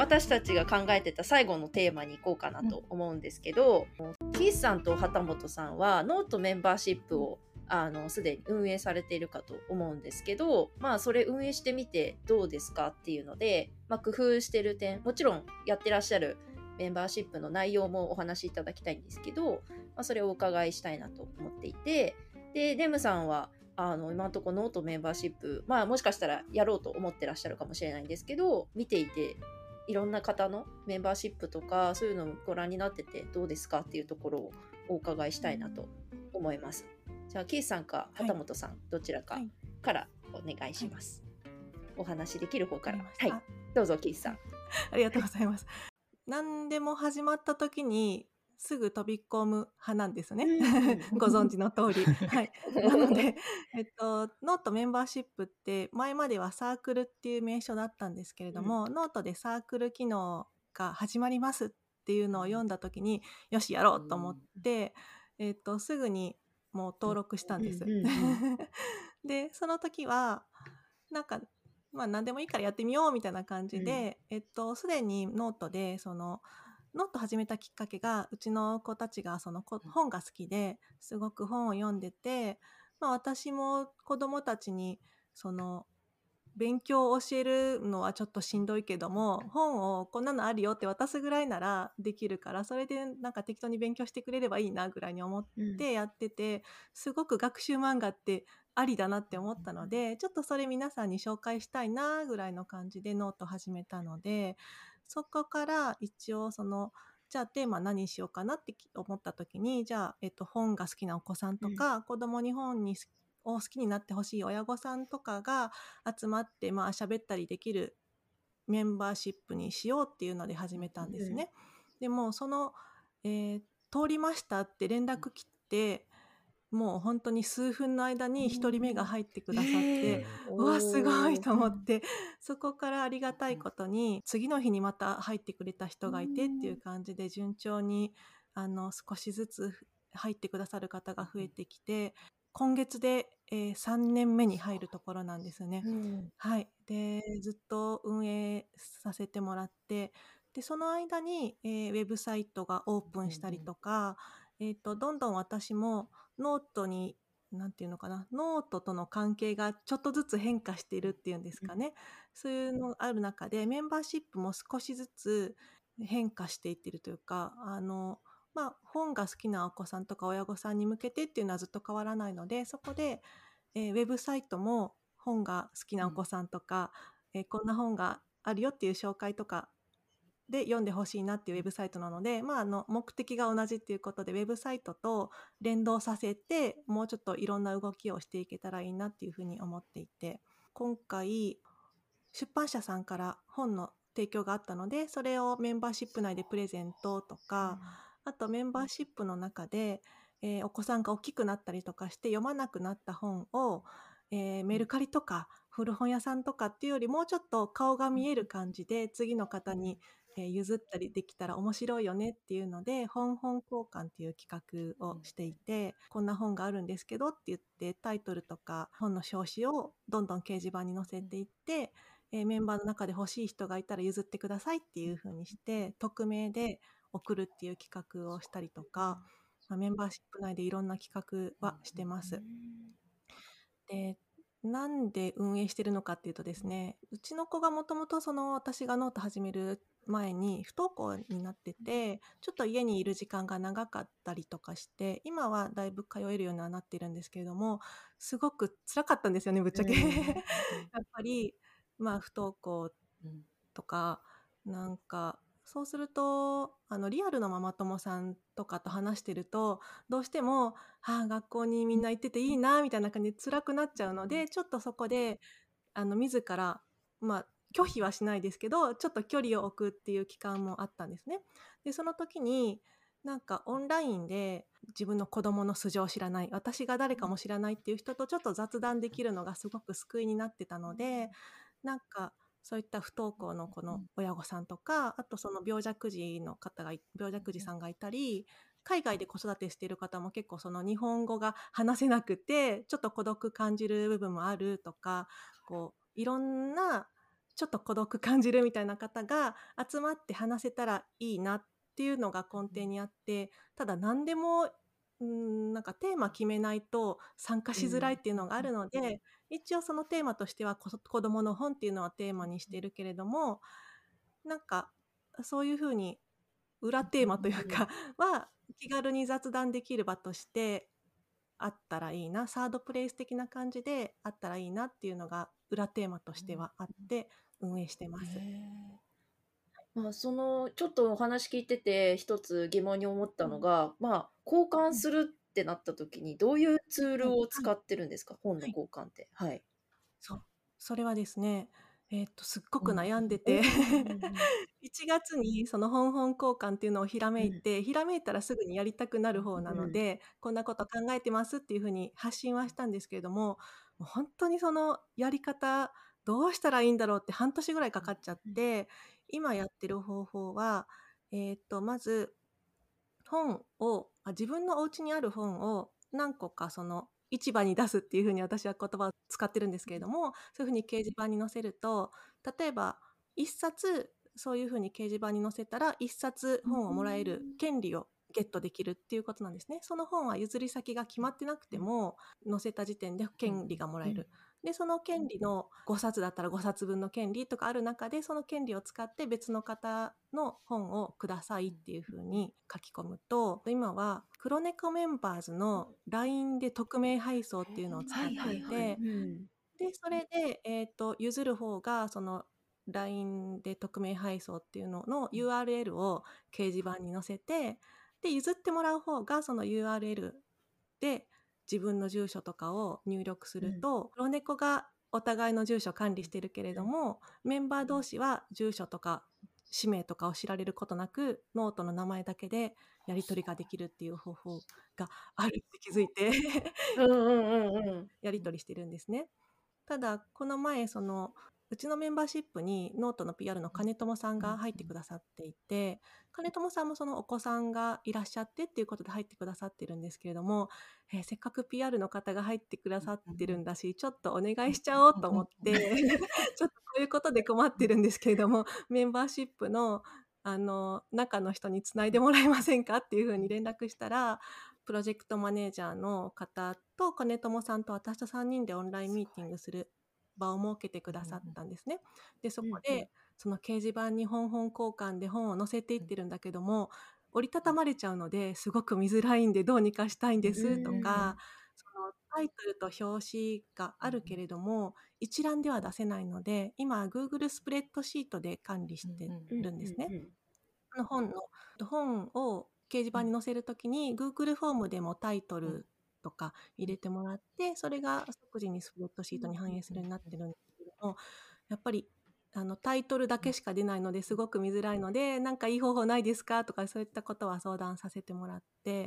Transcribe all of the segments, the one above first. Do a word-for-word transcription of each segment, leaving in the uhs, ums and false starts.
私たちが考えてた最後のテーマに行こうかなと思うんですけど、うん、キースさんと畑本さんはノートメンバーシップをあのすでに運営されているかと思うんですけど、まあそれ運営してみてどうですかっていうので、まあ、工夫してる点、もちろんやってらっしゃるメンバーシップの内容もお話しいただきたいんですけど、まあ、それをお伺いしたいなと思っていて、でレムさんはあの今のところノートメンバーシップ、まあもしかしたらやろうと思ってらっしゃるかもしれないんですけど、見ていていろんな方のメンバーシップとかそういうのをご覧になっててどうですかっていうところをお伺いしたいなと思います。じゃあキースさんか畑本さん、はい、どちらかからお願いします。はい、お話できる方から。はい、どうぞキースさん。 ありがとうございます。何でも始まった時にすぐ飛び込む派なんですね。ご存知の通り。はい。なので、えっと、ノートメンバーシップって前まではサークルっていう名称だったんですけれども、うん、ノートでサークル機能が始まりますっていうのを読んだ時に、よし、やろうと思って、うん、えっと、すぐにもう登録したんです。で、その時は、なんか、まあ何でもいいからやってみようみたいな感じで、うん、えっと、すでにノートで、その、ノート始めたきっかけが、うちの子たちがその本が好きで、すごく本を読んでて、まあ私も子供たちに、その、勉強を教えるのはちょっとしんどいけども、本をこんなのあるよって渡すぐらいならできるから、それでなんか適当に勉強してくれればいいなぐらいに思ってやってて、うん、すごく学習漫画ってありだなって思ったので、ちょっとそれ皆さんに紹介したいなぐらいの感じでノート始めたので、そこから一応その、じゃあテーマ何にしようかなって思った時に、じゃあ、えっと、本が好きなお子さんとか、うん、子供に本にを好きになってほしい親御さんとかが集まってまあ喋ったりできるメンバーシップにしようっていうので始めたんですね。うん、でもその、えー、通りましたって連絡来て、もう本当に数分の間に一人目が入ってくださって、うん、うわすごいと思って、そこからありがたいことに次の日にまた入ってくれた人がいてっていう感じで順調にあの少しずつ入ってくださる方が増えてきて、今月で、えー、さんねんめに入るところなんですね。うん、はい。で、ずっと運営させてもらって、で、その間に、えー、ウェブサイトがオープンしたりとか、うんうん、えっと、どんどん私もノートに、なんていうのかな、ノートとの関係がちょっとずつ変化しているっていうんですかね。そういうのがある中で、メンバーシップも少しずつ変化していってるというか、あの、まあ、本が好きなお子さんとか親御さんに向けてっていうのはずっと変わらないので、そこで、えー、ウェブサイトも本が好きなお子さんとか、うん、えー、こんな本があるよっていう紹介とかで読んでほしいなっていうウェブサイトなので、まあ、あの目的が同じっていうことでウェブサイトと連動させてもうちょっといろんな動きをしていけたらいいなっていうふうに思っていて、今回出版社さんから本の提供があったので、それをメンバーシップ内でプレゼントとか、うん、あとメンバーシップの中で、えー、お子さんが大きくなったりとかして読まなくなった本を、えー、メルカリとか古本屋さんとかっていうよりもうちょっと顔が見える感じで次の方に、えー、譲ったりできたら面白いよねっていうので、本本交換っていう企画をしていて、こんな本があるんですけどって言ってタイトルとか本の表紙をどんどん掲示板に載せていって、えー、メンバーの中で欲しい人がいたら譲ってくださいっていう風にして匿名で送るっていう企画をしたりとか、まあ、メンバーシップ内でいろんな企画はしてます。で、なんで運営してるのかっていうとですね、うちの子がもともとその私がノート始める前に不登校になってて、ちょっと家にいる時間が長かったりとかして、今はだいぶ通えるようにはなってるんですけれども、すごく辛かったんですよね、ぶっちゃけ。やっぱりまあ不登校とか、なんかそうするとあのリアルのママ友さんとかと話してるとどうしても、はあ、学校にみんな行ってていいなみたいな感じで辛くなっちゃうので、ちょっとそこであの自ら、まあ、拒否はしないですけどちょっと距離を置くっていう期間もあったんですね。でその時になんかオンラインで自分の子供の素性を知らない、私が誰かも知らないっていう人とちょっと雑談できるのがすごく救いになってたので、なんかそういった不登校の子の親御さんとか、あとその病弱児の方が病弱児さんがいたり、海外で子育てしている方も結構その日本語が話せなくてちょっと孤独感じる部分もあるとか、こういろんなちょっと孤独感じるみたいな方が集まって話せたらいいなっていうのが根底にあって、ただ何でも、うん、なんかテーマ決めないと参加うしづらいっんていうのがあるので、一応そのテーマとしてはこ子どもの本っていうのはテーマにしてるけれども、なんかそういうふうに裏テーマというかは気軽に雑談できる場としてあったらいいな、サードプレイス的な感じであったらいいなっていうのが裏テーマとしてはあって運営してます。 へーまあ、そのちょっとお話聞いてて一つ疑問に思ったのが、まあ、交換するってなった時にどういうツーはい、 ルをはい、 使ってるんですか、本のはい。 交換って。はい。 そう。それはですね、えっと、すっごくうん。 悩んでうんてうんいちがつにその本本交換っていうのをひらめうんいて、ひらめいたらすぐにやりたくなる方なうんので、こんなこと考えてますっていう風に発信はしたんですけれども、もうほんとにそのやり方、どうしたらいいんだろうって半年ぐらいかかっちゃっうんて、今やってる方法は、えっと、まず本をあ、自分のお家にある本を何個かその市場に出すっていう風に私は言葉を使ってるんですけれども、そういう風に掲示板に載せると、例えばいっさつそういう風に掲示板に載せたらいっさつ本をもらえる権利をゲットできるっていうことなんですね。その本は譲り先が決まってなくても、載せた時点で権利がもらえる。で、その権利のごさつだったらごさつぶんの権利とかある中で、その権利を使って別の方の本をくださいっていう風に書き込むと、今は黒猫メンバーズの ライン で匿名配送っていうのを使っはいてはいはい。 いて、 うんで、それで、えっと、譲る方がその ライン で匿名配送っていうのの ユーアールエル を掲示板に載せて、で、譲ってもらう方がその ユーアールエル で自分の住所とかを入力すると、黒猫がお互いの住所管理してるけれども、メンバー同士は住所とか氏名とかを知られることなく、ノートの名前だけでやり取りができるっていう方法があるって気づいてうんうんうんうん。 やり取りしてるんですね。ただこの前そのうちのメンバーシップにノートの ピーアール の金友さんが入ってくださっていて、金友さんもそのお子さんがいらっしゃってっていうことで入ってくださってるんですけれども、えーせっかく ピーアール の方が入ってくださってるんだし、ちょっとお願いしちゃおうと思ってちょっとこういうことで困ってるんですけれども、メンバーシップのあの中の人につないでもらえませんかっていうふうに連絡したら、プロジェクトマネージャーの方と金友さんと私とさんにんでオンラインミーティングする場を設けてくださったんですね。で、そこうんうんでその掲示板に本本交換で本を載せていってるんだけども、折りたたまれちゃうのですごく見づらいんでどうにかしたいんですとか、そのタイトルと表紙があるけれども一覧では出せないので、今 Google スプレッドシートで管理してうんるんですね。 うんあの本の本を掲示板に載せるときに Google フォームでもタイトルとか入れてもらって、それが即時にスプレッドシートに反映するようになってるんですけども、やっぱりあのタイトルだけしか出ないのですごく見づらいので、なんかいい方法ないですかとかそういったことは相談させてもらって、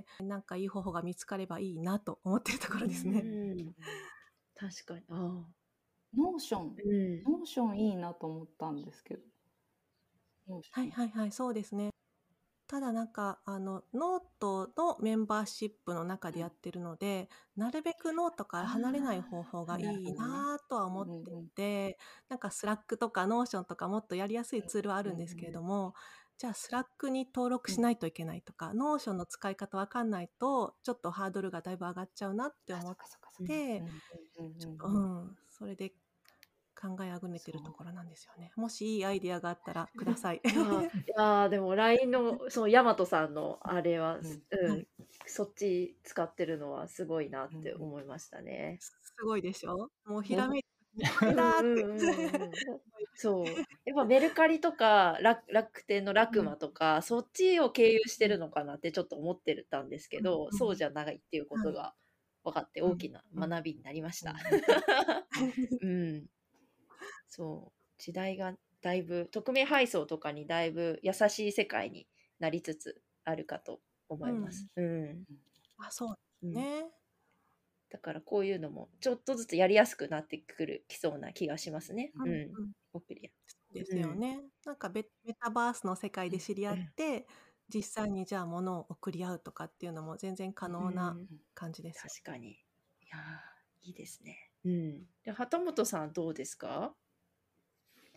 なんかいい方法が見つかればいいなと思ってるところですうね。 ん確かに。あノーション、 ーうんノーションいいなと思ったんですけど。ノーションはいはいはい、そうですね。ただなんかあのノートのメンバーシップの中でやってるので、なるべくノートから離れない方法がいいなとは思ってて、なんかスラックとかノーションとかもっとやりやすいツールはあるんですけれども、じゃあスラックに登録しないといけないとか、ノーションの使い方わかんないとちょっとハードルがだいぶ上がっちゃうなって思っあそっかそっかそっかて、 うんうんうんちょっとうんそれで考えあぐねてるところなんですよね。もしいいアイディアがあったらください。 いやーいやーでも ライン のそのヤマトさんのあれは、 うんうんはいそっち使ってるのはすごいなって思いましたね。 すごいでしょ。もうひらめいたこうんれだーって。 うんうんうんそうやっぱメルカリとか楽楽天のラクマとか、そっちを経由してるのかなってちょっと思ってたんですけど、 うんそうじゃないっていうことが分かって大きな学びになりました。うん、そう時代がだいぶ匿名配送とかにだいぶ優しい世界になりつつあるかと思います。うんあ、そううんね。 だからこういうのもちょっとずつやりやすくなってくるきそうな気がしますね。 うんうん、 うん。 送りや。 そうですよね。なんかベメタバースの世界で知り合って、実際にじゃあ物を送り合うとかっていうのも全然可能なうん感じですよ。 確かに。いやーいいですね。うん。で、旗本さんどうですか？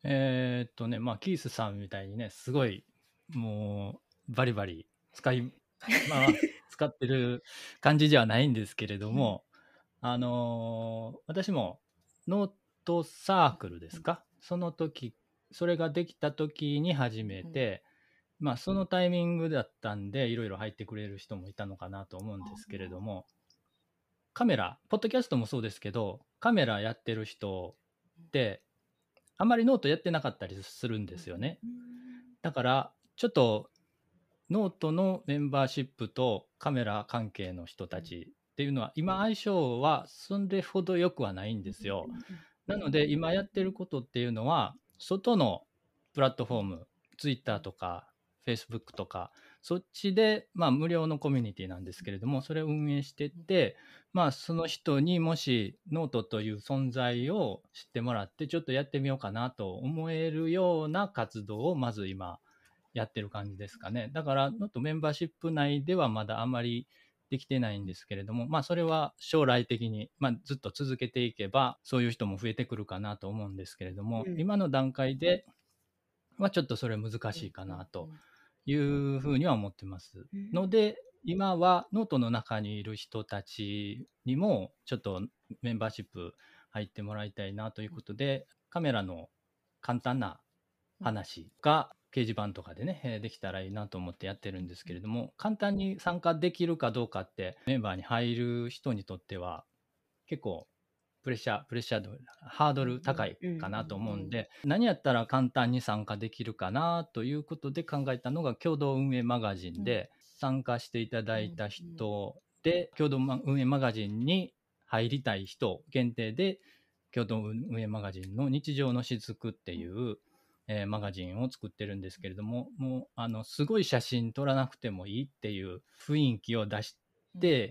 えーっとね、まあ、キースさんみたいにね、すごい、もう、バリバリ使い、まあ、使ってる感じではないんですけれども、あのー私もノートサークルですか、その時、それができた時に始めて、まあ、そのタイミングだったんで、いろいろ入ってくれる人もいたのかなと思うんですけれども、カメラ、ポッドキャストもそうですけど、カメラやってる人って、あんまりノートやってなかったりするんですよね。だから、ちょっと、ノートのメンバーシップとカメラ関係の人たちっていうのは、今相性はそれほど良くはないんですよ。なので、今やってることっていうのは、外のプラットフォーム、Twitter とか Facebook とか、そっちで、まあ、無料のコミュニティなんですけれども、それを運営していって、まあ、その人にもしノートという存在を知ってもらって、ちょっとやってみようかなと思えるような活動をまず今やってる感じですかね。だから、ノートメンバーシップ内ではまだあまりできてないんですけれども、まあ、それは将来的に、まあ、ずっと続けていけば、そういう人も増えてくるかなと思うんですけれども、 うん今の段階ではちょっとそれ難しいかなというふうには思ってますので、今はノートの中にいる人たちにもちょっとメンバーシップ入ってもらいたいなということで、カメラの簡単な話が掲示板とかでね、えーできたらいいなと思ってやってるんですけれども、簡単に参加できるかどうかってメンバーに入る人にとっては結構プレッシャー、プレッシャー度、ハードル高いかなと思うんで、何やったら簡単に参加できるかなということで考えたのが共同運営マガジンで、参加していただいた人で、共同運営マガジンに入りたい人限定で、共同運営マガジンの日常の雫っていう、えーマガジンを作ってるんですけれども、もうあのすごい写真撮らなくてもいいっていう雰囲気を出して、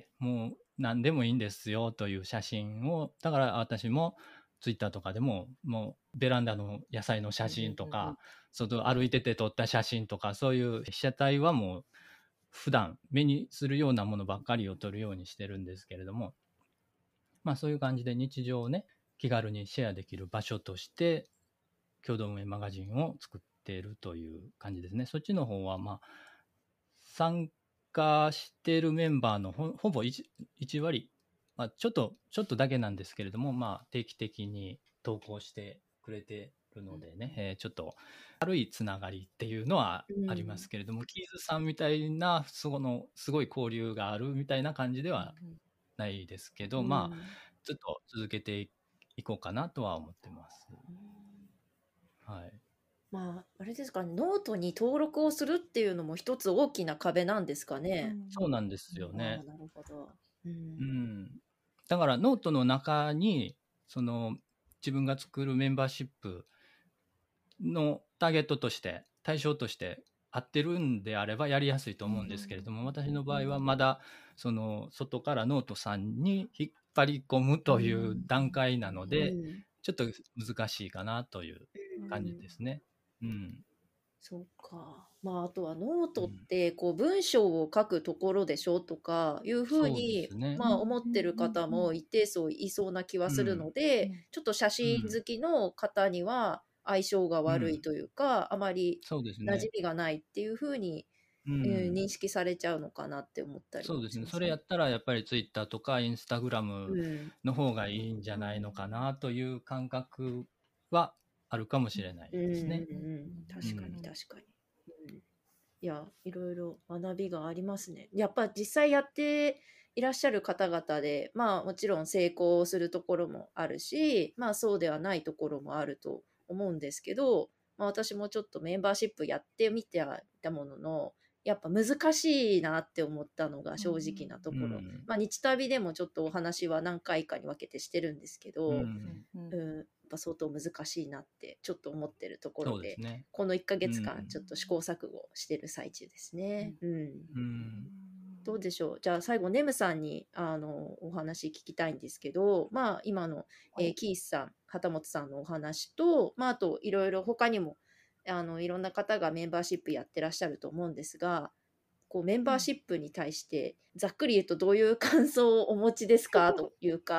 もう何でもいいんですよという写真を、だから私もツイッターとかでも、もうベランダの野菜の写真とか、外歩いてて撮った写真とか、そういう被写体はもう普段目にするようなものばっかりを撮るようにしてるんですけれども、まあそういう感じで日常をね、気軽にシェアできる場所として共同運営マガジンを作っているという感じですね。そっちの方はまあ参加しているメンバーの ほ, ほぼ 1, いち割、まあ、ちょっとちょっとだけなんですけれども、まあ、定期的に投稿してくれてるのでね、えーちょっと軽いつながりっていうのはありますけれども、キーズさんみたいなそのすごい交流があるみたいな感じではないですけど、まあずっと続けていこうかなとは思ってます。はい。 まあ、あれですかね、ノートに登録をするっていうのも一つ大きな壁なんですかね。 そうなんですよね。 ああ、なるほど。うんうん、だからノートの中にその自分が作るメンバーシップのターゲットとして対象として合ってるんであればやりやすいと思うんですけれども、私の場合はまだその外からノートさんに引っ張り込むという段階なので、 うんちょっと難しいかなという感じですね。うんそうか。まあ、あとはノートってこう文章を書くところでしょとかいうふうそうでに、 すね。 まあ、思ってる方も一定数いそうな気はするので、ちょっと写真好きの方には相性が悪いというか、あまりそうです馴ね。 染みがないっていうふうに、 うえーん認識されちゃうのかなって思ったりそうですね。 もしますそれやったらやっぱりツイッターとかインスタグラムうんの方がいいんじゃないのかなという感覚はあるかもしれないうんですね。 うんうん確かにうん確かに。うんいや、いろいろ学びがありますね。やっぱ実際やっていらっしゃる方々で、まあもちろん成功するところもあるし、まあそうではないところもあると思うんですけど、まあ私もちょっとメンバーシップやってみてはいたものの、やっぱ難しいなって思ったのが正直なところ。 うんまあ日旅でもちょっとお話は何回かに分けてしてるんですけうど、 んうん、やっぱ相当難しいなってちょっと思ってるところで、 そうですね。 このいっかげつかうんんちょっと試行錯誤してる最中ですね。うん。 うんどうでしょう。じゃあ最後ネムさんにあのお話聞きたいんですけど、まあ今の、えーキースさん、畑本さんのお話と、まああといろいろ他にもあのいろんな方がメンバーシップやってらっしゃると思うんですが、こうメンバーシップに対してざっくり言うとどういう感想をお持ちですかというか、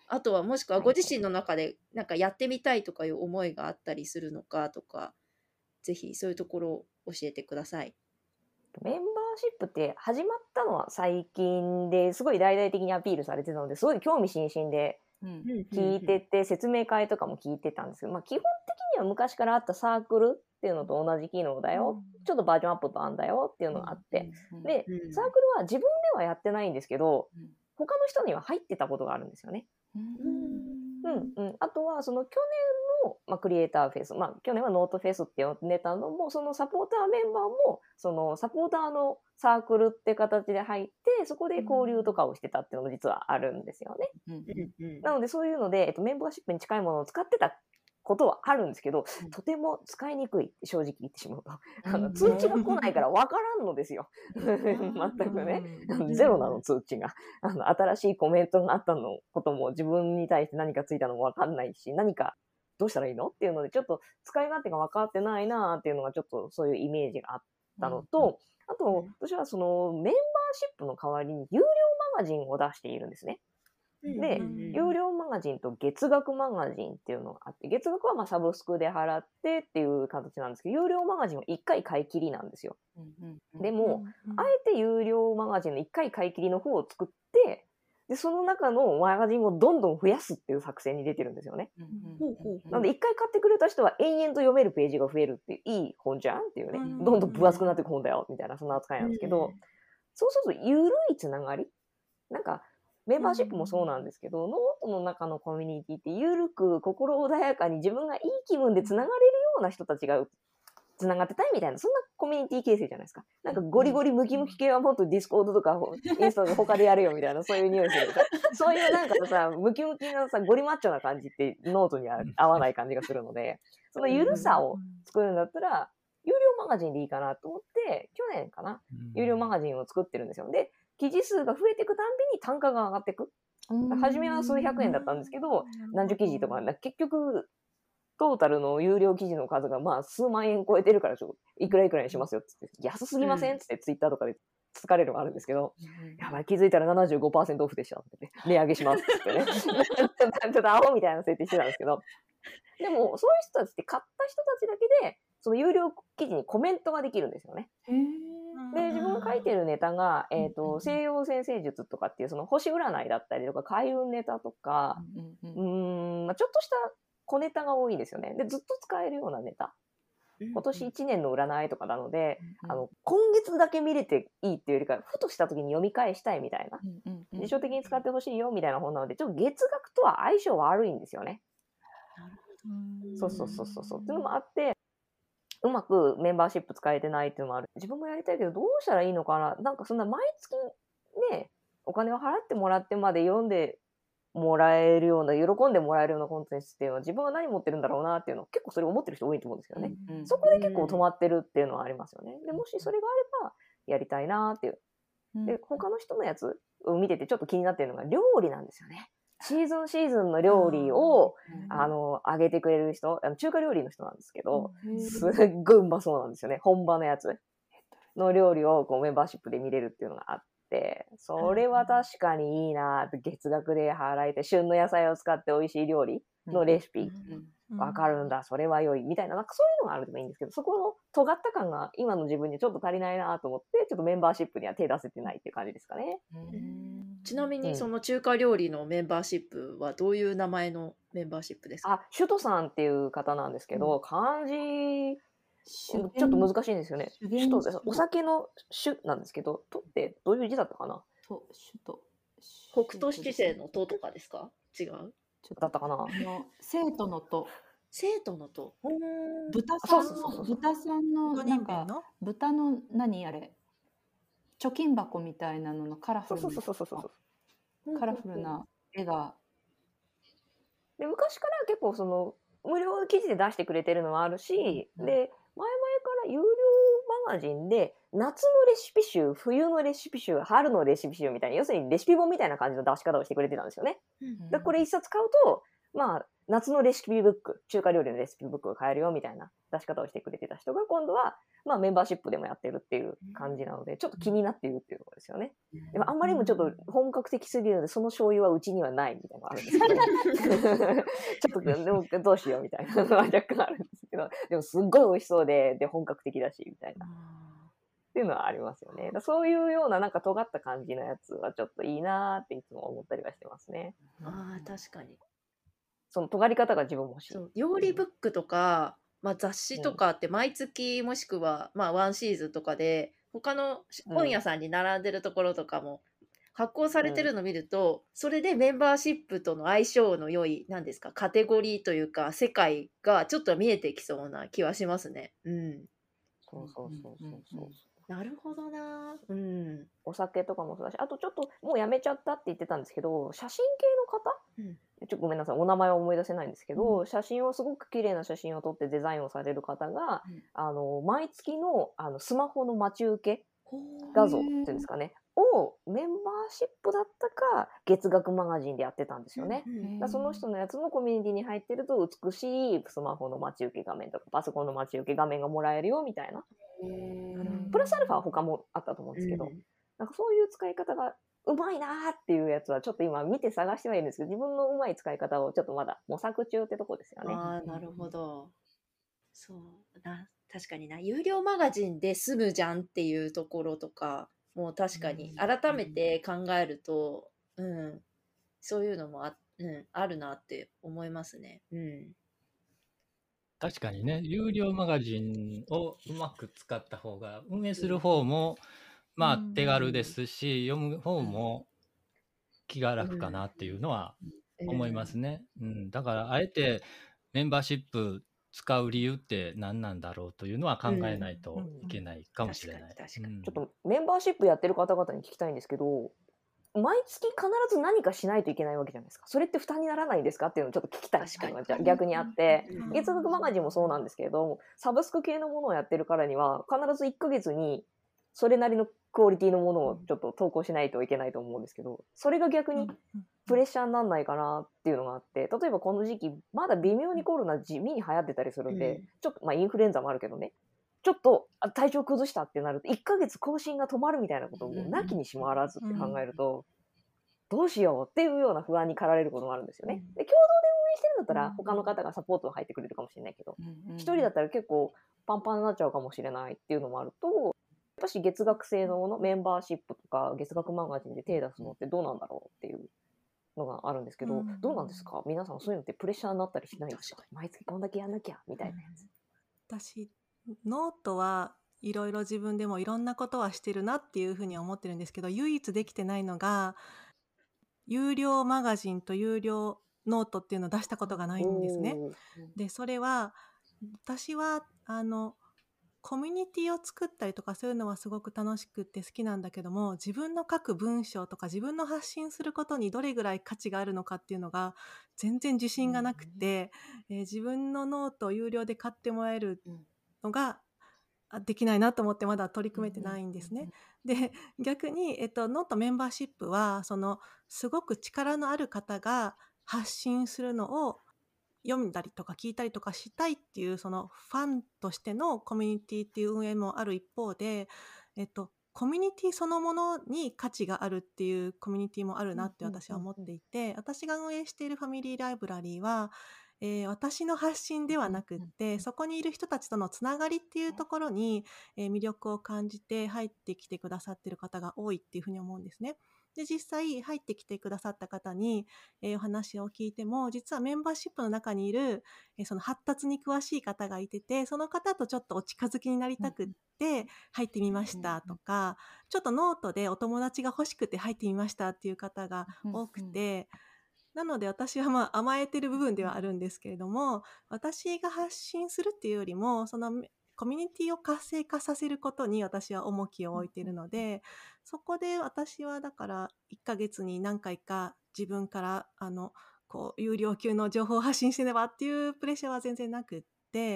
あとはもしくはご自身の中でなんかやってみたいとかいう思いがあったりするのかとか、ぜひそういうところを教えてください。 メンバーシップって始まったのは最近ですごい大々的にアピールされてたのですごい興味津々で聞いてて、説明会とかも聞いてたんですけど、まあ、基本的には昔からあったサークルっていうのと同じ機能だよ、うん、ちょっとバージョンアップ版だよっていうのがあって、うん、で、うん、サークルは自分ではやってないんですけど、うん、他の人には入ってたことがあるんですよね。うんうん、あとはその去年の、まあ、クリエイターフェス、まあ、去年はノートフェスって呼んでたのも、そのサポーターメンバーもそのサポーターのサークルって形で入って、そこで交流とかをしてたっていうのも実はあるんですよね。うんうん、なのでそういうので、えっと、メンバーシップに近いものを使ってたことはあるんですけど、とても使いにくいって正直言ってしまうと、あの通知が来ないから分からんのですよ。全くね、ゼロなの通知が。あの新しいコメントがあったのことも自分に対して何かついたのも分かんないし、何かどうしたらいいのっていうのでちょっと使い勝手が分かってないなっていうのがちょっとそういうイメージがあったのと、あと私はそのメンバーシップの代わりに有料マガジンを出しているんですね。で、有料マガジンと月額マガジンっていうのがあって、月額はまあサブスクで払ってっていう形なんですけど、有料マガジンはいっかい買い切りなんですよ。でも、あえて有料マガジンのいっかい買い切りの方を作って、で、その中のマガジンをどんどん増やすっていう作戦に出てるんですよね。なので、いっかい買ってくれた人は延々と読めるページが増えるっていう、いい本じゃんっていうね、どんどん分厚くなっていく本だよみたいな、そんな扱いなんですけど、そうすると、ゆるいつながりなんか、メンバーシップもそうなんですけど、ノートの中のコミュニティってゆるく心穏やかに自分がいい気分でつながれるような人たちがつながってたいみたいな、そんなコミュニティ形成じゃないですか。なんかゴリゴリムキムキ系はもっとディスコードとかインスタで他でやるよみたいな、そういう匂いする。そういうなんかさ、ムキムキのさ、ゴリマッチョな感じってノートには合わない感じがするので、そのゆるさを作るんだったら、有料マガジンでいいかなと思って、去年かな、有料マガジンを作ってるんですよ。で、記事数が増えていくたんびに単価が上がっていく。初めは数百円だったんですけど、何十記事とか、結局、トータルの有料記事の数がまあ数万円超えてるから、ちょっといくらいくらにしますよっつって、安すぎませんっつってツイッターとかで疲れるのがあるんですけど、やばい、気づいたら ななじゅうごパーセント オフでしたって言って、値上げしますってね。ちょっと、ちょっとアホみたいな設定してたんですけど、でもそういう人たちって買った人たちだけで、その有料記事にコメントができるんですよね。で、自分が書いてるネタが、えっと、西洋占星術とかっていうその星占いだったりとか、開運ネタとか、うーん、まあ、ちょっとした小ネタが多いですよね。で、ずっと使えるようなネタ。今年いちねんの占いとかなので、あの、今月だけ見れていいっていうよりか、ふとした時に読み返したいみたいな。辞書的に使ってほしいよみたいな本なので、ちょっと月額とは相性悪いんですよね。そうそうそうそうそう。っていうのもあって、うまくメンバーシップ使えてないっていうのもある。自分もやりたいけどどうしたらいいのかな。なんかそんな毎月ね、お金を払ってもらってまで読んでもらえるような、喜んでもらえるようなコンテンツっていうのは自分は何持ってるんだろうなっていうのを結構それ思ってる人多いと思うんですけどね。うんうん、そこで結構止まってるっていうのはありますよね。で、もしそれがあればやりたいなっていう。で、他の人のやつを見ててちょっと気になってるのが料理なんですよね。シーズンシーズンの料理を、あの、あげてくれる人、あの中華料理の人なんですけど、すっごいうまそうなんですよね。本場のやつの料理をこうメンバーシップで見れるっていうのがあって、それは確かにいいなって、月額で払えて、旬の野菜を使って美味しい料理のレシピ、わかるんだ、それは良い、みたいな、なんかそういうのがあるともいいんですけど、そこの尖った感が今の自分にちょっと足りないなと思って、ちょっとメンバーシップには手出せてないっていう感じですかね。 ちなみにその中華料理のメンバーシップはどういう名前のメンバーシップですか？ あ、シュトさんっていう方なんですけど、うん、漢字ちょっと難しいんですよね。シュトです。お酒のシュなんですけど、とってどういう字だったかな？ と、シュト。 北斗七星のととかですか？違う？ だったかな？あの生徒のと。 生徒のと。 豚さんの豚さんのなんか豚の何あれ？貯金箱みたいなののカラフルなカラフルな絵が。 で、昔から結構その無料記事で出してくれてるのもあるし、うん、で前々から有料マガジンで夏のレシピ集、冬のレシピ集、春のレシピ集みたいな、要するにレシピ本みたいな感じの出し方をしてくれてたんですよね。うん、でこれ一冊買うと、まあ夏のレシピブック、中華料理のレシピブックが買えるよみたいな出し方をしてくれてた人が今度は、まあ、メンバーシップでもやってるっていう感じなので、ちょっと気になっているっていうところですよね。でもあんまりにもちょっと本格的すぎるので、その醤油はうちにはないみたいなのがあるんですけど、ちょっとでもどうしようみたいなのが若干あるんですけど、でもすっごい美味しそうで、で本格的だしみたいな。っていうのはありますよね。だそういうようななんか尖った感じのやつはちょっといいなーっていつも思ったりはしてますね。 ああ、確かに。 その尖り方が自分も欲しい。 そう料理ブックとか、まあ、雑誌とかって毎月もしくは、まあ、ワンシーズンとかで他の本屋さんに並んでるところとかも発行されてるのを見ると、うん、それでメンバーシップとの相性の良い何ですかカテゴリーというか世界がちょっと見えてきそうな気はしますね。うん。 そうそうそうそうそう。うんなるほどな。うん。 お酒とかもそうだし、あとちょっともうやめちゃったって言ってたんですけど、写真系の方、うん、ちょっとごめんなさい、お名前は思い出せないんですけど、うん、写真をすごく綺麗な写真を撮ってデザインをされる方が、うん、あの毎月のあのスマホの待ち受け画像っていうんですかね、をメンバーシップだったか月額マガジンでやってたんですよね。だその人のやつのコミュニティに入ってると美しいスマホの待ち受け画面とかパソコンの待ち受け画面がもらえるよみたいな。プラスアルファは他もあったと思うんですけど、うん、なんかそういう使い方がうまいなーっていうやつはちょっと今見て探してはいるんですけど、自分のうまい使い方をちょっとまだ模索中ってとこですよね。 ああ、なるほど。そうな、確かにな、有料マガジンで済むじゃんっていうところとかもう確かに改めて考えると、うん、そういうのも あ,、うん、あるなって思いますね。うん。 確かにね、有料マガジンをうまく使った方が運営する方も、うん、まあ手軽ですし、読む方も気が楽かなっていうのは思いますね。うんうん、だからあえてメンバーシップ使う理由って何なんだろうというのは考えないといけないかもしれない。 ちょっとメンバーシップやってる方々に聞きたいんですけど、毎月必ず何かしないといけないわけじゃないですか。それって負担にならないんですかっていうのをちょっと聞きたいっていうのがじゃ逆にあって、月額マガジンもそうなんですけれども、サブスク系のものをやってるからには必ずいっかげつにそれなりのクオリティのものをちょっと投稿しないといけないと思うんですけど、それが逆にプレッシャーにならないかなっていうのがあって、例えばこの時期まだ微妙にコロナ地味に流行ってたりするんで、ちょっとまあインフルエンザもあるけどね、ちょっと体調崩したってなるといっかげつ更新が止まるみたいなことをなきにしもあらずって考えると、どうしようっていうような不安に駆られることもあるんですよね。で、共同で運営してるんだったら他の方がサポートを入ってくれるかもしれないけど、一人だったら結構パンパンになっちゃうかもしれないっていうのもあると、やっぱし月額制のもの、メンバーシップとか月額マガジンで手出すのってどうなんだろうっていうのがあるんですけど、どうなんですか皆さん、そういうのってプレッシャーになったりしないですか？毎月こんだけやんなきゃみたいなやつ。 私ノートはいろいろ自分でもいろんなことはしてるなっていうふうには思ってるんですけど、唯一できてないのが有料マガジンと有料ノートっていうのを出したことがないんですね。でそれは私はあのコミュニティを作ったりとかそういうのはすごく楽しくって好きなんだけども、自分の書く文章とか自分の発信することにどれぐらい価値があるのかっていうのが全然自信がなくて、えー自分のノートを有料で買ってもらえるのがあできないなと思ってまだ取り組めてないんですね。で逆に、えっと、ノートメンバーシップはそのすごく力のある方が発信するのを読んだりとか聞いたりとかしたいっていうそのファンとしてのコミュニティっていう運営もある一方で、えっと、コミュニティそのものに価値があるっていうコミュニティもあるなって私は思っていて、私が運営しているファミリーライブラリーは、えー私の発信ではなくってそこにいる人たちとのつながりっていうところに、えー魅力を感じて入ってきてくださっている方が多いっていうふうに思うんですね。で実際入ってきてくださった方に、えーお話を聞いても、実はメンバーシップの中にいる、えーその発達に詳しい方がいてて、その方とちょっとお近づきになりたくって入ってみましたとか、ちょっとノートでお友達が欲しくて入ってみましたっていう方が多くて、なので私はまあ甘えてる部分ではあるんですけれども、私が発信するっていうよりもそのコミュニティを活性化させることに私は重きを置いているので、そこで私はだからいっかげつに何回か自分からあのこう有料級の情報を発信してねばっていうプレッシャーは全然なくって、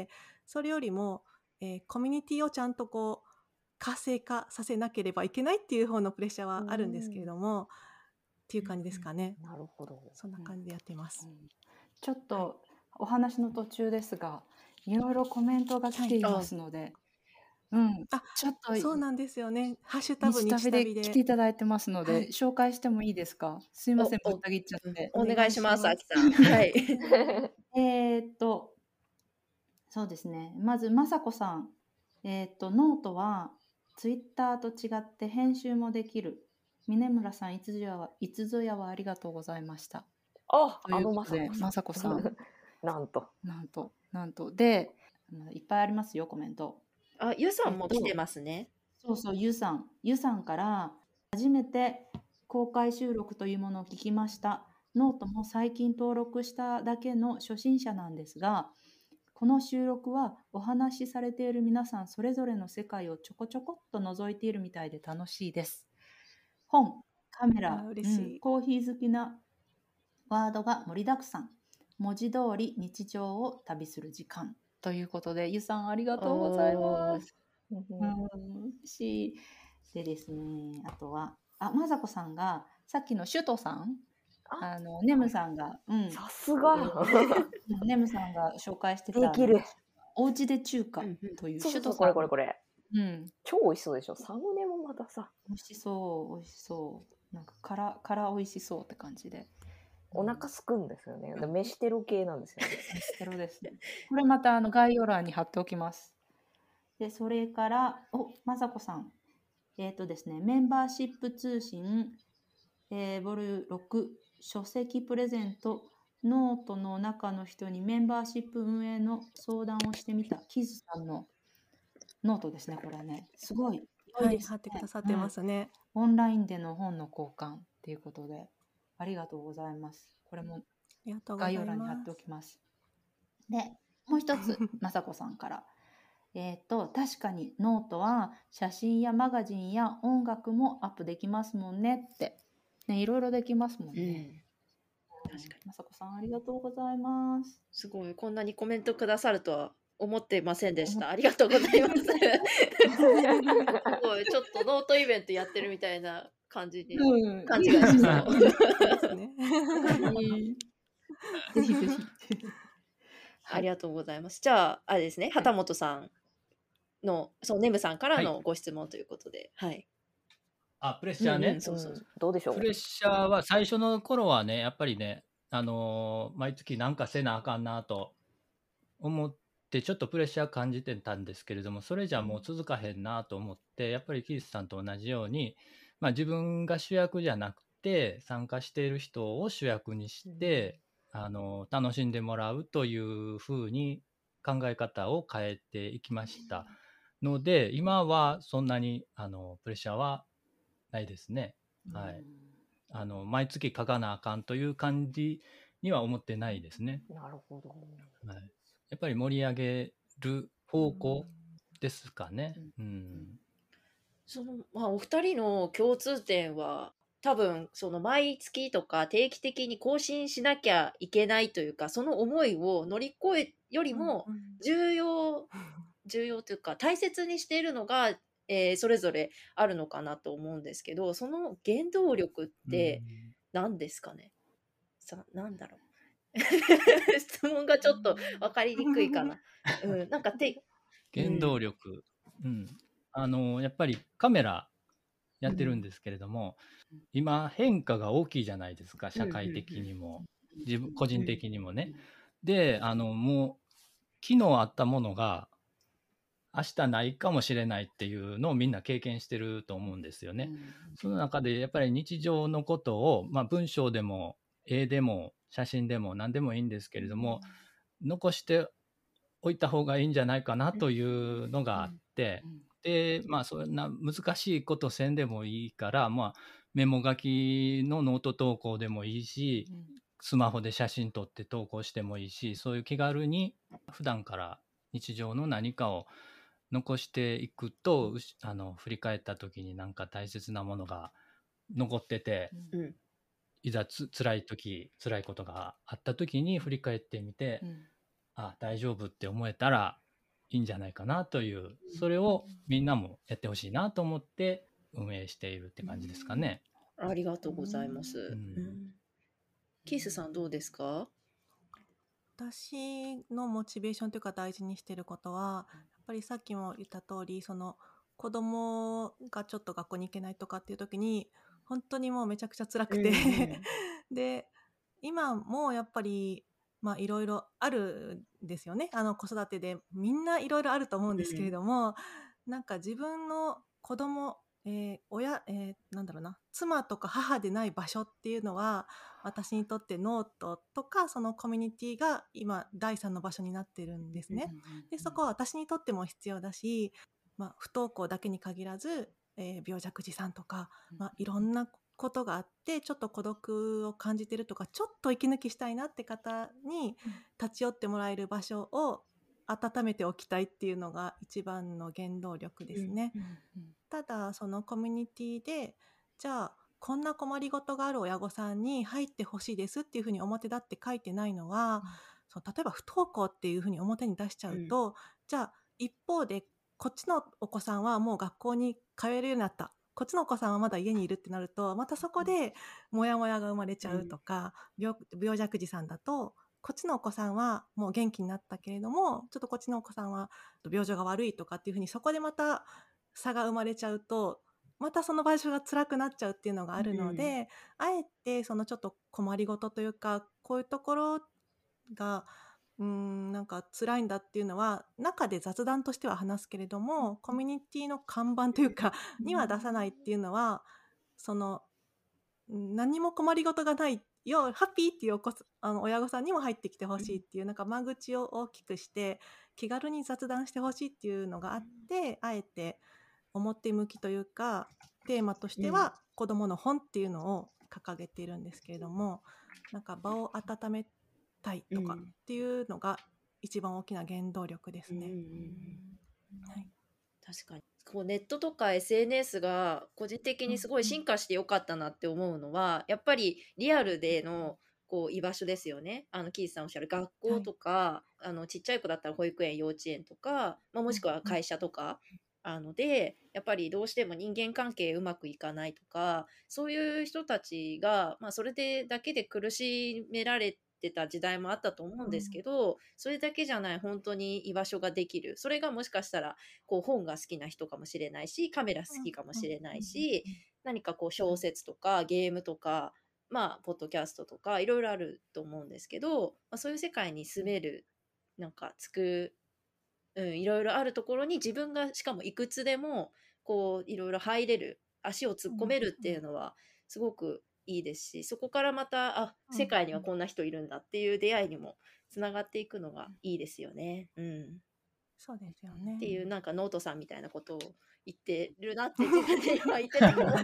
それよりも、えーコミュニティをちゃんとこう活性化させなければいけないっていう方のプレッシャーはあるんですけれども、っていう感じですかね。 なるほど。 そんな感じでやってます。 ちょっとお話の途中ですが、いろいろコメントが来ていますので、うん、 あ、 ちょっとそうなんですよね。ハッシュタブ日日旅で来て旅で。 いただいてますのはで、 い。 紹介してもいいですか？すいません、ぶお、お、 った切っちゃっうん、 て。 おお願いし願いします、あます。 きさん。はい。 えーっと、そうですね。まず、まさこさん。えーっと、ノートは、ツイッターと違って編集もできる。峰村さん、いつぞやは、いつぞやはありがとうございました。 あ、 というあのことで、まさこさん、 なんと。 なんと、なんと。で、あのいっぱいありますよ、コメント。 あ、ゆさえっと、 んも来てますね。 そうそう、ゆさん。ゆさんから、初めて公開収録というものを聞きました。ノートも最近登録しただけの初心者なんですが、この収録はお話しされている皆さんそれぞれの世界をちょこちょこっと覗いているみたいで楽しいです。本、カメラ、 あ、嬉うん、 しい。 コーヒー好きなワードが盛りだくさん。文字通り日常を旅する時間。ということで、ゆさんありがとうございます。うん、嬉しい。でですね、あとは、あ、まさこさんが、さっきのシュトさん、あの、ネムさんが、うん、 さすが。 うんネムさんが紹介してた、 できる。 おうちで中華うんうんという、 そうそうそう、 シュトさん。 これこれこれ。 うん、 超美味しそうでしょ。サムネもまたさ、 美味しそう、美味しそう。なんか、から、から美味しそうって感じで。 お腹すくんですよね。で飯テロ系なんですよね。 飯テロですね。これまたあの概要欄に貼っておきます。で、それから、お、まさこさん。えっとですね、メンバーシップ通信、えーボルろく、書籍プレゼント、ノートの中の人にメンバーシップ運営の相談をしてみた、キズさんのノートですね、これはね。すごい良いはい、 です貼ってくね。 ださってうんますね。 オンラインでの本の交換っていうことで、ありがとうございます。これもありがとうござ概い要欄に貼っておます。 きます。で、もう一つ、まさこさんから。えっと、確かにノートは写真やマガジンや音楽もアップできますもんねって。ね、いろいろできますもんうね。 ん。確かに。 まさこさん、ありがとうございます。 すごい。こんなにコメントくださるとは思ってませんでした。ありがとうございます。すごい。ちょっとノートイベントやってるみたいな感じにうん。 勘違いしそう。 ですね。 ぜひぜひ。 ありがとうございます。じゃあ、あれですね、旗本さんの、そう、ネムさんからはい。 のご質問ということで、はい。 あ、プレッうんうん、 シャーね。 そうそうそう。 どうでしょう。 プレッシャーは最初の頃はね、やっぱりね、あのー毎月なんかせなあかんなと思って、ちょっとプレッシャー感じてたんですけれども、それじゃもう続かへんなと思って、やっぱりキースさんと同じように、まあ、自分が主役じゃなくて、参加している人を主役にして、あのー楽しんでもらうというふうに考え方を変えていきましたので、今はそんなにあのプレッシャーはないですね。はい。あの毎月書かなあかんという感じには思ってないですね。 なるほど。 はい、やっぱり盛り上げる方向ですかね。うん。 その、まあ、お二人の共通点は、多分、その毎月とか定期的に更新しなきゃいけないというか、その思いを乗り越えよりも重要、重要というか、大切にしているのが、えーそれぞれあるのかなと思うんですけど、その原動力って何ですかね。さ、なんだろう。質問がちょっと分かりにくいかな。うん、なんかて、 原動力、うん、あのやっぱりカメラやってるんですけれども、うん、今変化が大きいじゃないですか、社会的にも、自分個人的にもね。で、あのもう昨日あったものが明日ないかもしれないっていうのをみんな経験してると思うんですよね。うん、その中でやっぱり日常のことを、まあ、文章でも絵でも写真でも何でもいいんですけれども、うん、残しておいた方がいいんじゃないかなというのがあって、うんうん、でまあそんな難しいことせんでもいいから、まあ、メモ書きのノート投稿でもいいし、うん、スマホで写真撮って投稿してもいいし、そういう気軽に普段から日常の何かを残していくと、あの振り返った時に何か大切なものが残ってて、うん、いざつ辛い時辛いことがあった時に振り返ってみて、うん、あ大丈夫って思えたらいいんじゃないかなという、それをみんなもやってほしいなと思って運営しているって感じですかね。 ありがとうございます。うんうん、キースさんどうですか？ 私のモチベーションというか大事にしてることは、やっぱりさっきも言った通り、その子供がちょっと学校に行けないとかっていう時に、本当にもうめちゃくちゃ辛うくんて、 うんで、今もやっぱり、まあいろいろあるんですよね。あの子育てでみんないろいろあると思うんですけれども、なんか自分の子供、えー親、えーなんだろうな、妻とか母でない場所っていうのは、私にとってノートとかそのコミュニティが今第三の場所になってるんですね。で、そこは私にとっても必要だし、まあ、不登校だけに限らず、えー病弱児さんとか、まあ、いろんなことがあってちょっと孤独を感じてるとか、ちょっと息抜きしたいなって方に立ち寄ってもらえる場所を温めておきたいっていうのが一番の原動力ですね。ただそのコミュニティで、じゃあこんな困りごとがある親御さんに入ってほしいですっていうふうに表立って書いてないのは、そう例えば不登校っていうふうに表に出しちゃうと、じゃあ一方でこっちのお子さんはもう学校に通えるようになった、こっちのお子さんはまだ家にいるってなると、またそこでモヤモヤが生まれちゃうとか、病病弱児さんだとこっちのお子さんはもう元気になったけれども、ちょっとこっちのお子さんは病状が悪いとかっていうふうに、そこでまた差が生まれちゃうと、またその場所が辛くなっちゃうっていうのがあるので、あえてそのちょっと困りごとというか、こういうところがうーんなんか辛いんだっていうのは中で雑談としては話すけれども、コミュニティの看板というかには出さないっていうのは、そのうん何も困りごとがないよ、ハッピーっていうお子さあの親御さんにも入ってきてほしいっていう、なんか間口を大きくして気軽に雑談してほしいっていうのがあって、あえて表向きというかテーマとしては子どもの本っていうのを掲げているんですけれども、なんか場を温めたいとかっていうのが一番大きな原動力ですね。はい、 確かにこうネットとか エスエヌエス が個人的にすごい進化してよかったなって思うのは、やっぱりリアルでのこう居場所ですよね。あのキースさんおっしゃる学校とか、はい、あのちっちゃい子だったら保育園幼稚園とか、まあ、もしくは会社とか、あのでやっぱりどうしても人間関係うまくいかないとか、そういう人たちが、まあ、それでだけで苦しめられててた時代もあったと思うんですけど、うん、それだけじゃない本当に居場所ができる、それがもしかしたらこう本が好きな人かもしれないし、カメラ好きかもしれないし、何かこう小説とかゲームとか、まあポッドキャストとかいろいろあると思うんですけど、まあ、そういう世界に住める、なんかつく、うん、いろいろあるところに自分がしかもいくつでもこういろいろ入れる、足を突っ込めるっていうのはすごくいいですし、そこからまたあ世界にはこんな人いるんだっていう出会いにもつながっていくのがいいですよね。うん、 そうですよね。 っていうなんかノートさんみたいなことを言ってるなって自分で今言ってて思った。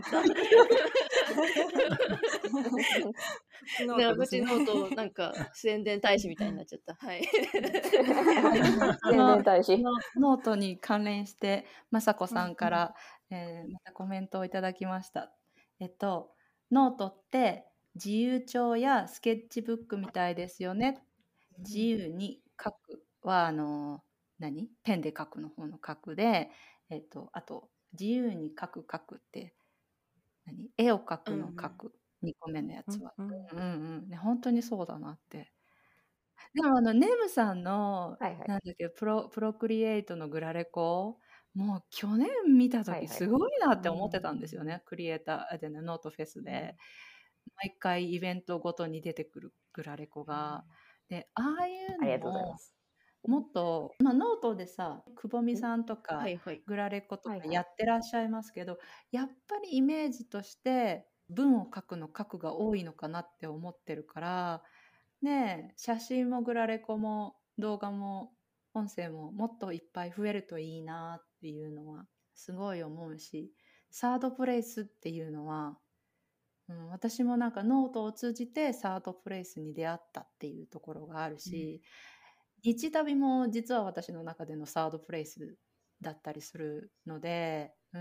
ね、うちノートなんか宣伝大使みたいになっちゃった。はい。 宣伝大使。 ノートに関連して雅子さんから、うんうん、えー、またコメントをいただきました。えっとノートって自由帳やスケッチブックみたいですよね。自由に書くはあの何ペンで書くの方の書くで、えっと、あと自由に書く書くって何絵を描くの書く、うんうん、にこめのやつは、うんうんうんね、本当にそうだなって。でもあのネムさんの、はいはい、なんだっけプロプロクリエイトのグラレコ、もう去年見た時すごいなって思ってたんですよね、はいはい、クリエイターで、ね、ノートフェスで、うん、毎回イベントごとに出てくるグラレコが、うん、でああいうのももっと、まあ、ノートでさくぼみさんとか、はいはい、グラレコとかやってらっしゃいますけど、はいはい、やっぱりイメージとして文を書くの書くが多いのかなって思ってるからね、写真もグラレコも動画も音声ももっといっぱい増えるといいなっていうのはすごい思うし、サードプレイスっていうのは、うん、私もなんかノートを通じてサードプレイスに出会ったっていうところがあるし、うん、日旅も実は私の中でのサードプレイスだったりするので、うん、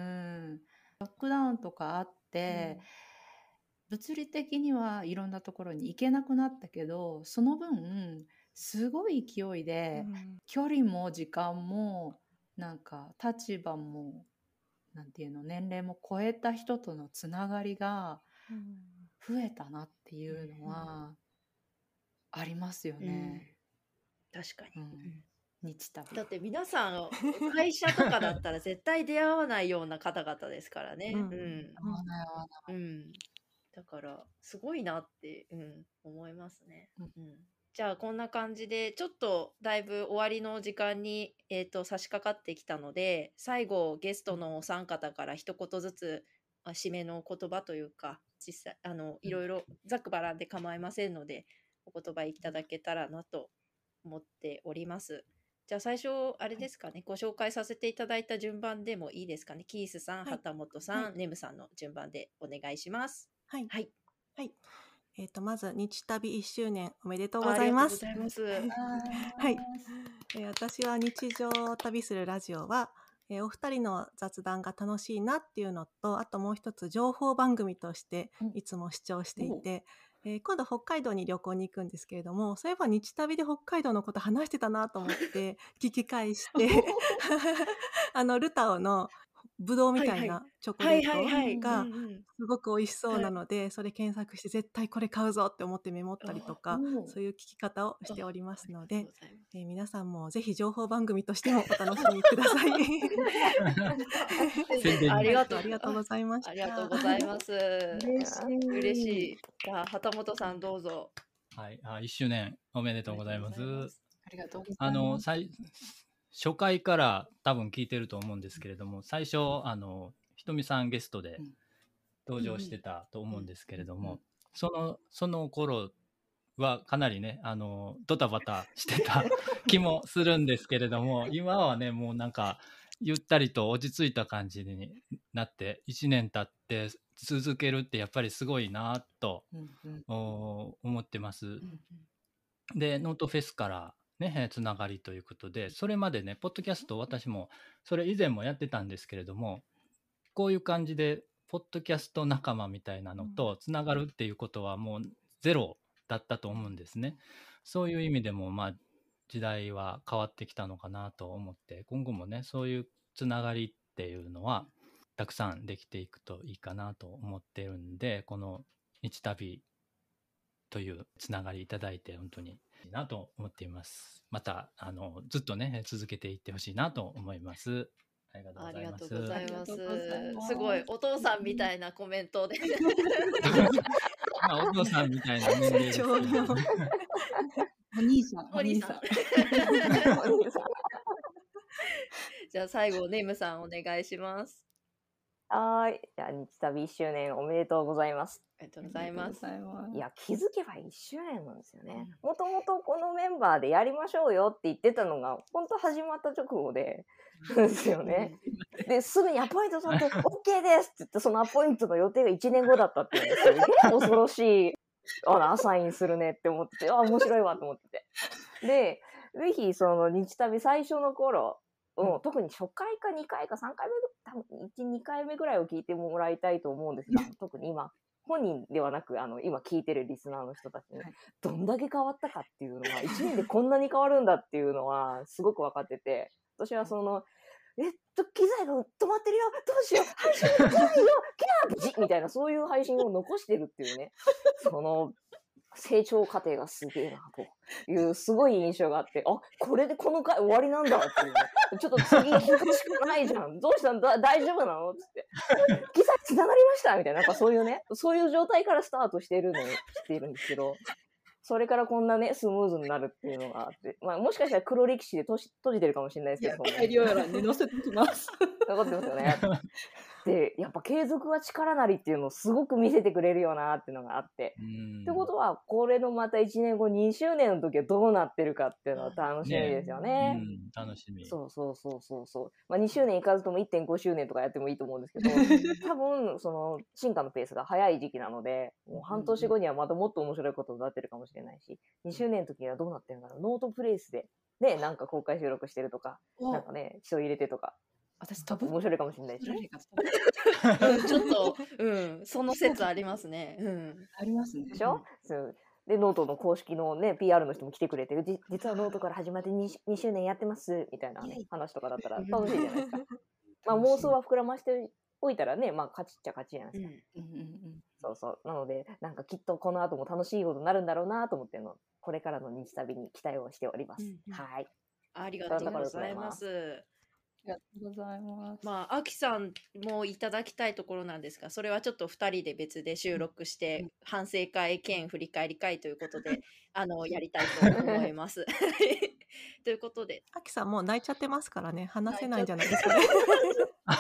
ロックダウンとかあって、うん、物理的にはいろんなところに行けなくなったけど、その分すごい勢いで、うん、距離も時間もなんか立場もなんていうの年齢も超えた人とのつながりが増えたなっていうのはありますよね。 確かに。 うん、日旅。 だって皆さん、会社とかだったら絶対出会わないような方々ですからね。 うんうん。 合わない合わない。 うん。だから、すごいなって、うん、思いますね。 うんうん。じゃあ、こんな感じで、ちょっとだいぶ終わりの時間に、えっと、差し掛かってきたので、最後、ゲストのお三方から一言ずつ、あ締めの言葉というか、実際、あの、いろいろざっくばらんで構いませんので、お言葉いただけたらなと思っております。じゃあ最初、あれですかね、ご紹介させていただいた順番でもいいですかね。キースさん、 はい旗本さん、 はいネムさんの順番でお願いします。 はい。 はい。 はい。えっと、まず、日旅いっしゅうねんおめでとうあございます。 ありがとうございます。 はい。えー私は日常を旅するラジオは、えーお二人の雑談が楽しいなっていうのと、あともう一つ情報番組としてうんいつも視聴していて、えー今度北海道に旅行に行くんですけれども、そういえば日旅で北海道のこと話してたなと思って聞き返してあのルタオのぶどうみたいなチョコレはいはいはい。 ートがうんうんすごく美味しそうなので、それ検索して絶対これ買うぞって思ってメモったりとか、 おそういう聞き方をしておりますのでありがとう、ございます。 えー皆さんもぜひ情報番組としてもお楽しみください。 宣伝にありがとうありがとうございました。 ありがとうございます。 嬉しい。 嬉しい。じゃあ、旗本さんどうぞ。 はい、あいっしゅうねんおめでとうございます。 ありがとうございます。 あの最初回から多分聞いてると思うんですけれども、最初あのひとみさんゲストで登場してたと思うんですけれども、 うんうんそのその頃はかなりねあのドタバタしてた気もするんですけれども、今はねもうなんかゆったりと落ち着いた感じになっていちねん経って続けるってやっぱりすごいなとうんうんお思ってます。 うんでノートフェスからねつながりということで、それまでねポッドキャスト私もそれ以前もやってたんですけれども、こういう感じでポッドキャスト仲間みたいなのとつながるっていうことはもうゼロだったと思うんですね。そういう意味でもまあ時代は変わってきたのかなと思って、今後もねそういうつながりっていうのはたくさんできていくといいかなと思ってるんで、この日旅というつながりいただいて本当にいいなと思っています。またあのずっとね続けていってほしいなと思います。ありがとうあございます。 りがとうございます。 ありがとうございますすごい、お父さんみたいなコメントで。 まあお父さんみたいな年齢ですけど、 成長のお兄さん、 お兄さん。じゃあ最後、ネムさんお願いします。 はーい。じゃあ、日旅いっしゅうねんおめでとうございます。 ありがとうございます。 いや、気づけばいっしゅうねんなんですよね。もともとこのメンバーでやりましょうよって言ってたのが、本当始まった直後で、ですよね。で、すぐにアポイント取って、OK ですって言って、そのアポイントの予定がいちねんごだったっていうのがすげえ恐ろしい、あの、アサインするねって思ってて、あ、面白いわと思ってて。で、ぜひ、その、日旅最初の頃、うん、特に初回かにかいかさんかいめ、多分いち、にかいめぐらいを聞いてもらいたいと思うんですが、特に今、本人ではなく、あの、今聞いてるリスナーの人たちに、どんだけ変わったかっていうのは、いちねんでこんなに変わるんだっていうのは、すごく分かってて、私はその、えっと、機材が止まってるよどうしよう配信できないよキャープジみたいな、そういう配信を残してるっていうね、その、成長過程がすげえなというすごい印象があって、あ、これでこの回終わりなんだっていうね、ちょっと次聞くしかないじゃん、どうしたんだ大丈夫なのつって機材つながりましたみたいな、なんかそういうね、そういう状態からスタートしているのを知っているんですけど、それからこんなねスムーズになるっていうのがあって、まあ、もしかしたら黒歴史で閉じ閉じてるかもしれないですけど、 概要欄に載せてきます残ってますよね。で、やっぱ継続は力なりっていうのをすごく見せてくれるよなっていうのがあって。ってことは、これのまたいちねんご、にしゅうねんの時はどうなってるかっていうのは楽しみですよね。 ねうん、楽しみ。 そうそうそうそうそう。まあにしゅうねんいかずともいってんごしゅうねんとかやってもいいと思うんですけど、多分、その、進化のペースが早い時期なので、もう半年後にはまたもっと面白いことになってるかもしれないし、にしゅうねんの時にはどうなってるんだろう。ノートプレイスで、ね、なんか公開収録してるとか、なんかね、人入れてとか。 私飛ぶ面白いかもしれないし、 うね、 ん、ちょっと、うん、その説ありますね。うん、 ありますね。 でしょ、うん、そうで、ノートの公式のね、ピーアール の人も来てくれて、じ実はノートから始まって 2, 2周年やってます、みたいなね、話とかだったら楽しいじゃないですか。まあ妄想は膨らましておいたらね、まあ勝ちっちゃ勝ちじゃないですか。うんうんうん、そうそう。なので、なんかきっとこの後も楽しいことになるんだろうなと思っての、 これからの日旅に期待をしております。 うんうんはい。 ありがとうございます。 ありがとうございます。 まあ、あきさんもいただきたいところなんですが、それはちょっとふたりで別で収録して、うん、反省会兼振り返り会ということで、あの、やりたいと思います。ということで。 あきさんもう泣いちゃってますからね、話せないんじゃないですかね。 あ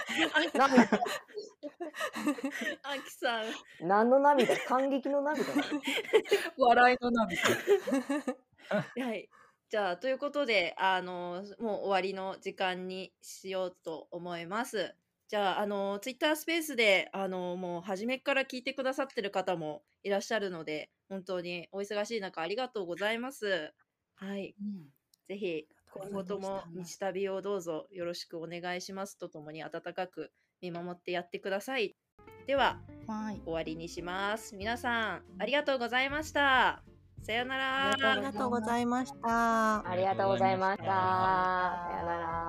きさん。 何の涙？感激の涙。 笑いの涙。 はい。じゃあ、ということで、あの、もう終わりの時間にしようと思います。じゃあ、あの、ツイッタースペースで、あの、もう初めから聞いてくださってる方もいらっしゃるので、本当にお忙しい中、ありがとうございます。はい。うん、ぜひ、今後とも日旅をどうぞよろしくお願いしますとともに、温かく見守ってやってください。では、はい、終わりにします。皆さん、ありがとうございました。さよなら。 ありがとうございました。 ありがとうございました。さよなら。